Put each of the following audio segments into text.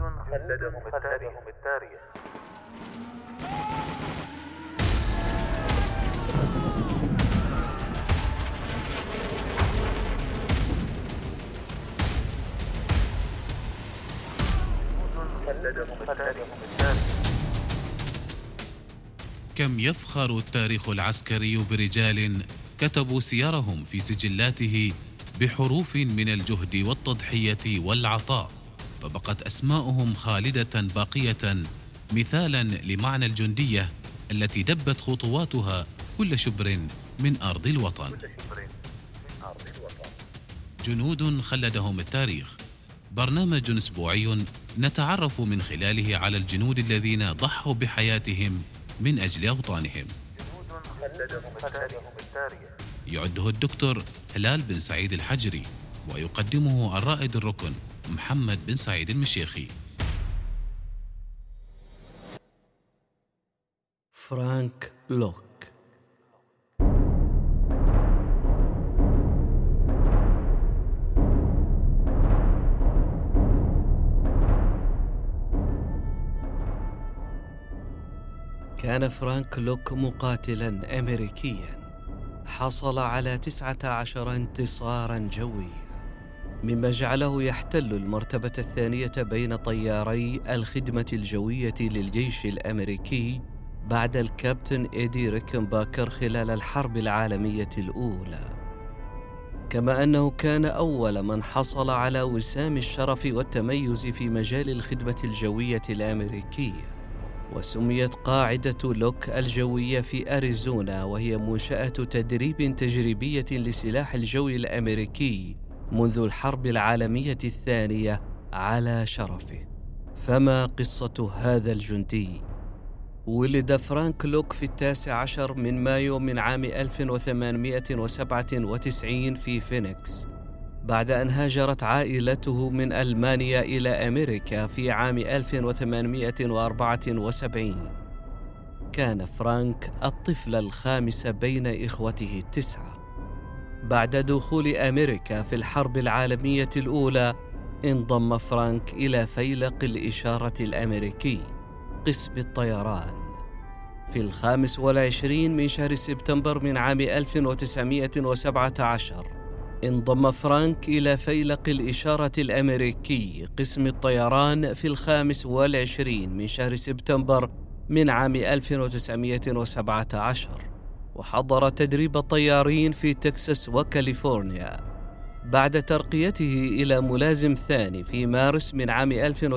خلدهم التاريخ. كم يفخر التاريخ العسكري برجال كتبوا سيرهم في سجلاته بحروف من الجهد والتضحية والعطاء، فبقت أسماؤهم خالدة باقية مثالا لمعنى الجندية التي دبت خطواتها كل شبر من أرض الوطن. جنود خلدهم التاريخ، برنامج أسبوعي نتعرف من خلاله على الجنود الذين ضحوا بحياتهم من أجل أوطانهم. يعده الدكتور هلال بن سعيد الحجري، ويقدمه الرائد الركن محمد بن سعيد المشيخي. فرانك لوك. كان فرانك لوك مقاتلاً أمريكياً حصل على 19 انتصاراً جوياً، مما جعله يحتل المرتبة الثانية بين طياري الخدمة الجوية للجيش الأمريكي بعد الكابتن إيدي ريكنباكر خلال الحرب العالمية الأولى، كما أنه كان أول من حصل على وسام الشرف والتميز في مجال الخدمة الجوية الأمريكية. وسميت قاعدة لوك الجوية في أريزونا، وهي منشأة تدريب تجريبية لسلاح الجو الأمريكي منذ الحرب العالمية الثانية على شرفه. فما قصة هذا الجندي؟ ولد فرانك لوك في 19 من مايو من عام 1897 في فينيكس، بعد أن هاجرت عائلته من ألمانيا إلى أمريكا في عام 1874. كان فرانك الطفل الخامس بين إخوته ال9. بعد دخول أمريكا في الحرب العالمية الأولى، انضم فرانك إلى فيلق الإشارة الأمريكي قسم الطيران. في 25 من شهر سبتمبر من عام 1917 انضم فرانك إلى فيلق الإشارة الأمريكي قسم الطيران في 25 من شهر سبتمبر من عام 1917، وحضر تدريب الطيارين في تكساس وكاليفورنيا. بعد ترقيته إلى ملازم ثاني في مارس من عام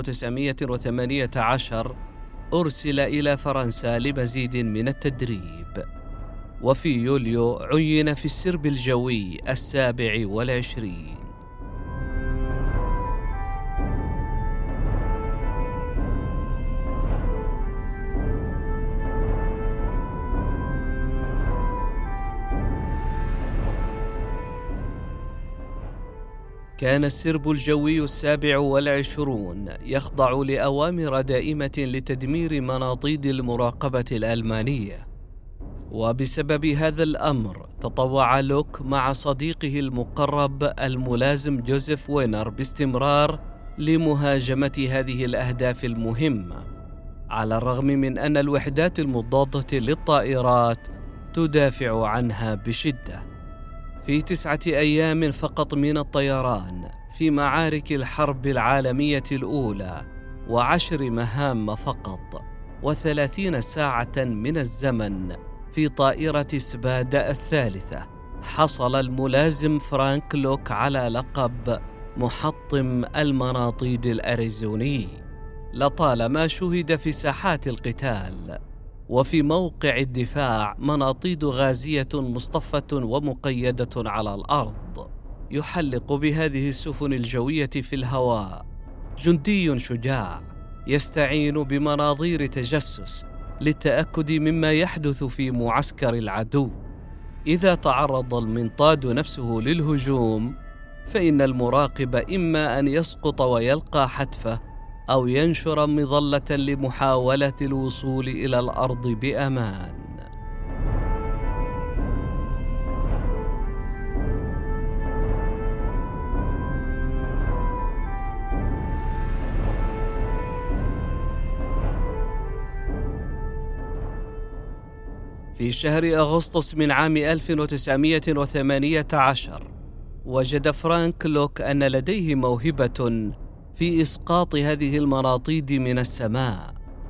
1918 أرسل إلى فرنسا لمزيد من التدريب، وفي يوليو عين في السرب الجوي 27. كان السرب الجوي 27 يخضع لأوامر دائمة لتدمير مناطيد المراقبة الألمانية، وبسبب هذا الأمر تطوع لوك مع صديقه المقرب الملازم جوزيف وينر باستمرار لمهاجمة هذه الأهداف المهمة، على الرغم من أن الوحدات المضادة للطائرات تدافع عنها بشدة. في 9 أيام فقط من الطيران في معارك الحرب العالمية الأولى، و10 مهام فقط، و30 ساعة من الزمن في طائرة سبادا الثالثة، حصل الملازم فرانك لوك على لقب محطم المناطيد الأريزوني. لطالما شهد في ساحات القتال وفي موقع الدفاع مناطيد غازية مصطفة ومقيدة على الأرض، يحلق بهذه السفن الجوية في الهواء جندي شجاع يستعين بمناظير تجسس للتأكد مما يحدث في معسكر العدو. إذا تعرض المنطاد نفسه للهجوم، فإن المراقب إما أن يسقط ويلقى حتفه، أو ينشر مظلة لمحاولة الوصول إلى الأرض بأمان. في شهر أغسطس من عام 1918 وجد فرانك لوك أن لديه موهبة في إسقاط هذه المناطيد من السماء،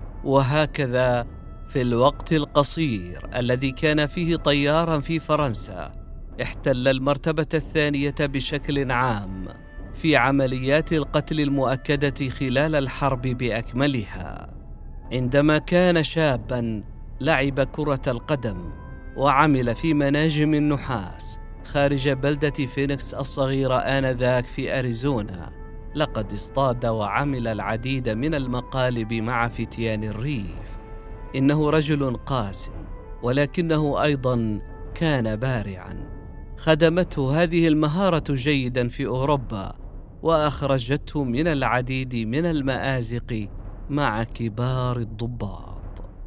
وهكذا في الوقت القصير الذي كان فيه طيارا في فرنسا احتل المرتبة الثانية بشكل عام في عمليات القتل المؤكدة خلال الحرب بأكملها. عندما كان شابا لعب كرة القدم وعمل في مناجم النحاس خارج بلدة فينيكس الصغيرة آنذاك في أريزونا. لقد اصطاد وعمل العديد من المقالب مع فتيان الريف. إنه رجل قاس، ولكنه أيضا كان بارعا. خدمته هذه المهارة جيدا في أوروبا، وأخرجته من العديد من المآزق مع كبار الضباط.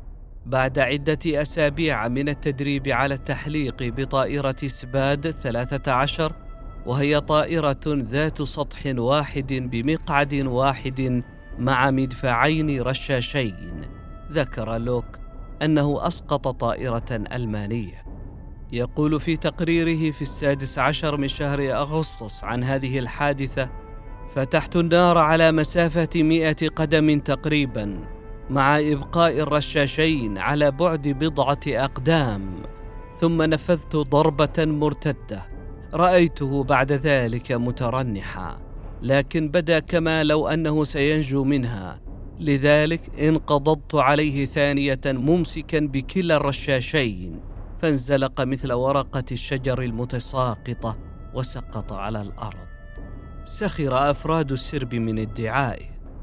بعد عدة أسابيع من التدريب على التحليق بطائرة سباد 13، وهي طائرة ذات سطح واحد بمقعد واحد مع مدفعين رشاشين، ذكر لوك أنه أسقط طائرة ألمانية. يقول في تقريره في 16 من شهر أغسطس عن هذه الحادثة: فتحت النار على مسافة 100 قدم تقريبا، مع إبقاء الرشاشين على بعد بضعة أقدام، ثم نفذت ضربة مرتدة. رأيته بعد ذلك مترنحا، لكن بدا كما لو أنه سينجو منها، لذلك انقضضت عليه ثانية ممسكا بكلا الرشاشين، فانزلق مثل ورقة الشجر المتساقطة وسقط على الأرض. سخر أفراد السرب من ادعائه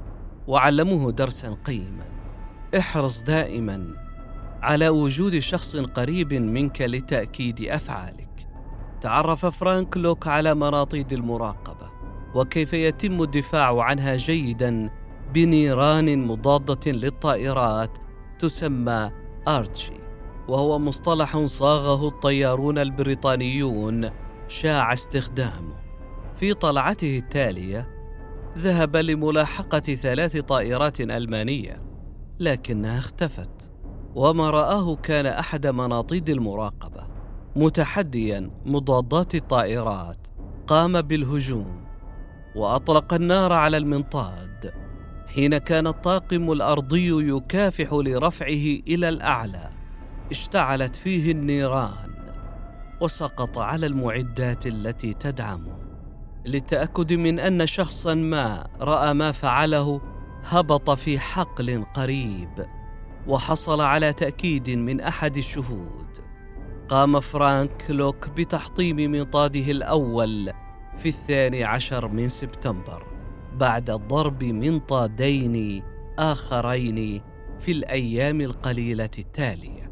وعلموه درسا قيما: احرص دائما على وجود شخص قريب منك لتأكيد أفعالك. تعرف فرانك لوك على مناطيد المراقبة وكيف يتم الدفاع عنها جيدا بنيران مضادة للطائرات تسمى آرتشي، وهو مصطلح صاغه الطيارون البريطانيون شاع استخدامه. في طلعته التالية ذهب لملاحقة 3 طائرات ألمانية، لكنها اختفت، وما رآه كان أحد مناطيد المراقبة متحديا مضادات الطائرات قام بالهجوم وأطلق النار على المنطاد. حين كان الطاقم الأرضي يكافح لرفعه إلى الأعلى اشتعلت فيه النيران وسقط على المعدات التي تدعمه. للتأكد من أن شخصا ما رأى ما فعله هبط في حقل قريب وحصل على تأكيد من أحد الشهود. قام فرانك لوك بتحطيم منطاده الأول في 12 من سبتمبر بعد ضرب منطادين آخرين في الأيام القليلة التالية.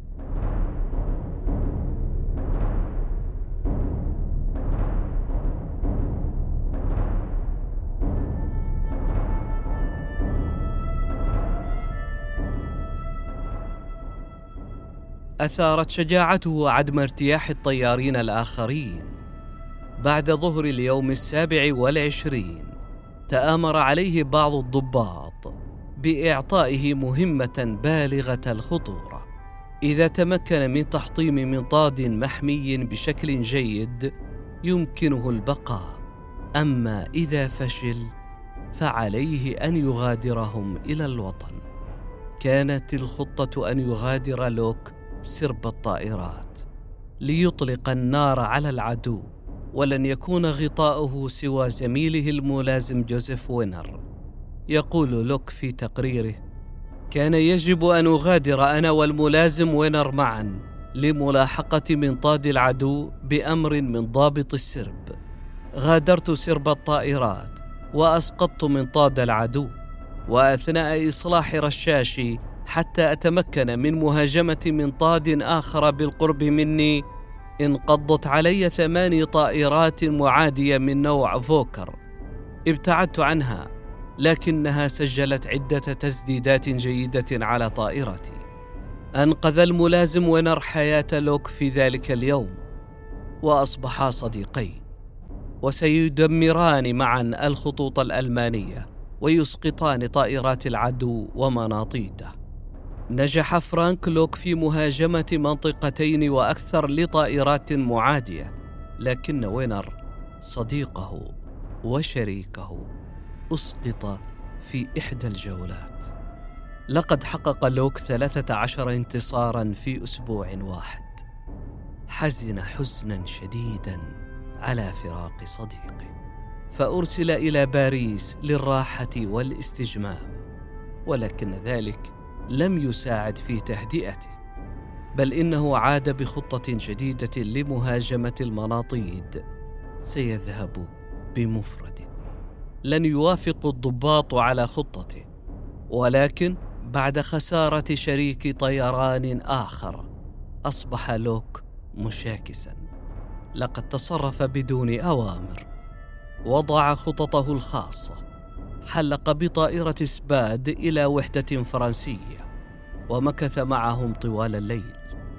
أثارت شجاعته عدم ارتياح الطيارين الآخرين. بعد ظهر اليوم 27 تآمر عليه بعض الضباط بإعطائه مهمة بالغة الخطورة. إذا تمكن من تحطيم منطاد محمي بشكل جيد يمكنه البقاء، أما إذا فشل فعليه أن يغادرهم إلى الوطن. كانت الخطة أن يغادر لوك سرب الطائرات ليطلق النار على العدو، ولن يكون غطاؤه سوى زميله الملازم جوزيف وينر. يقول لوك في تقريره: كان يجب أن أغادر أنا والملازم وينر معا لملاحقة منطاد العدو بأمر من ضابط السرب. غادرت سرب الطائرات وأسقطت منطاد العدو، وأثناء إصلاح رشاشي حتى أتمكن من مهاجمة منطاد آخر بالقرب مني انقضت علي 8 طائرات معادية من نوع فوكر. ابتعدت عنها، لكنها سجلت عدة تسديدات جيدة على طائرتي. أنقذ الملازم وينر حياة لوك في ذلك اليوم، وأصبحا صديقين، وسيدمران معا الخطوط الألمانية ويسقطان طائرات العدو ومناطيده. نجح فرانك لوك في مهاجمة منطقتين وأكثر لطائرات معادية، لكن وينر صديقه وشريكه أسقط في إحدى الجولات. لقد حقق لوك 13 انتصاراً في أسبوع واحد. حزن حزناً شديداً على فراق صديقه، فأرسل إلى باريس للراحة والاستجمام، ولكن ذلك لم يساعد في تهدئته، بل إنه عاد بخطة جديدة لمهاجمة المناطيد سيذهب بمفرده. لن يوافق الضباط على خطته، ولكن بعد خسارة شريك طيران آخر أصبح لوك مشاكساً. لقد تصرف بدون أوامر، وضع خططه الخاصة، حلق بطائرة سباد إلى وحدة فرنسية ومكث معهم طوال الليل.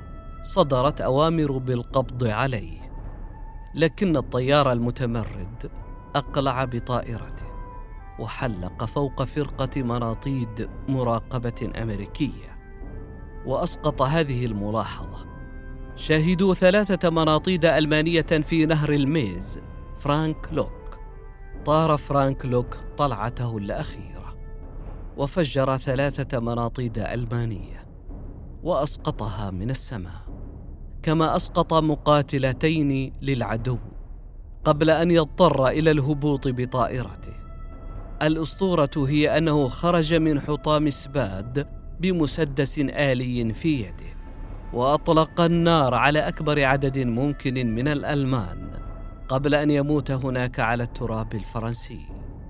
صدرت أوامر بالقبض عليه، لكن الطيار المتمرد أقلع بطائرته وحلق فوق فرقة مناطيد مراقبة أمريكية، وأسقط هذه الملاحظة. شاهدوا 3 مناطيد ألمانية في نهر الميز. فرانك لوك طار فرانك لوك طلعته الأخيرة وفجر 3 مناطيد ألمانية وأسقطها من السماء، كما أسقط مقاتلتين للعدو قبل أن يضطر إلى الهبوط بطائرته. الأسطورة هي أنه خرج من حطام سباد بمسدس آلي في يده، وأطلق النار على أكبر عدد ممكن من الألمان قبل أن يموت هناك على التراب الفرنسي.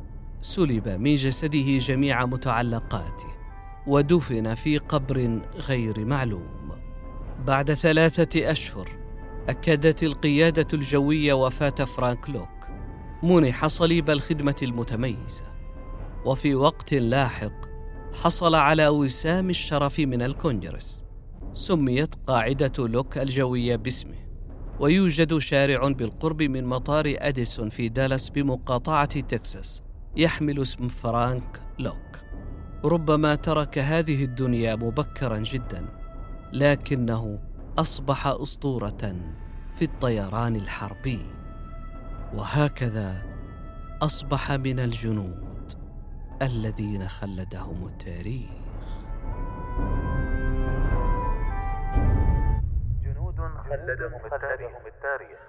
سلب من جسده جميع متعلقاته ودفن في قبر غير معلوم. بعد 3 أشهر أكدت القيادة الجوية وفاة فرانك لوك. منح صليب الخدمة المتميزة، وفي وقت لاحق حصل على وسام الشرف من الكونغرس. سميت قاعدة لوك الجوية باسمه، ويوجد شارع بالقرب من مطار أديسون في دالاس بمقاطعة تكساس يحمل اسم فرانك لوك. ربما ترك هذه الدنيا مبكرا جدا، لكنه أصبح أسطورة في الطيران الحربي، وهكذا أصبح من الجنود الذين خلدهم التاريخ. جنود خلدهم التاريخ.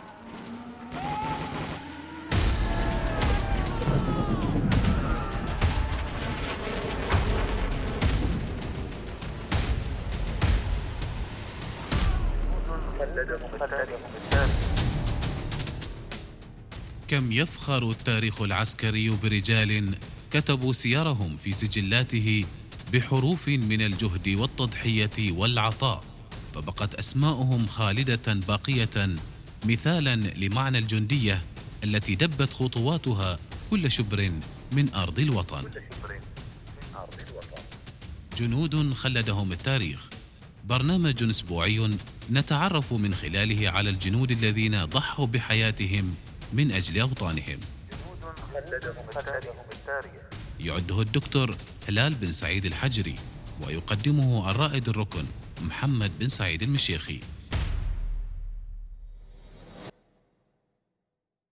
كم يفخر التاريخ العسكري برجال كتبوا سيرهم في سجلاته بحروف من الجهد والتضحية والعطاء، فبقت أسماؤهم خالدة باقية، مثالا لمعنى الجندية التي دبت خطواتها كل شبر من أرض الوطن. جنود خلدهم التاريخ، برنامج أسبوعي نتعرف من خلاله على الجنود الذين ضحوا بحياتهم من أجل أوطانهم. يعده الدكتور هلال بن سعيد الحجري، ويقدمه الرائد الركن محمد بن سعيد المشيخي.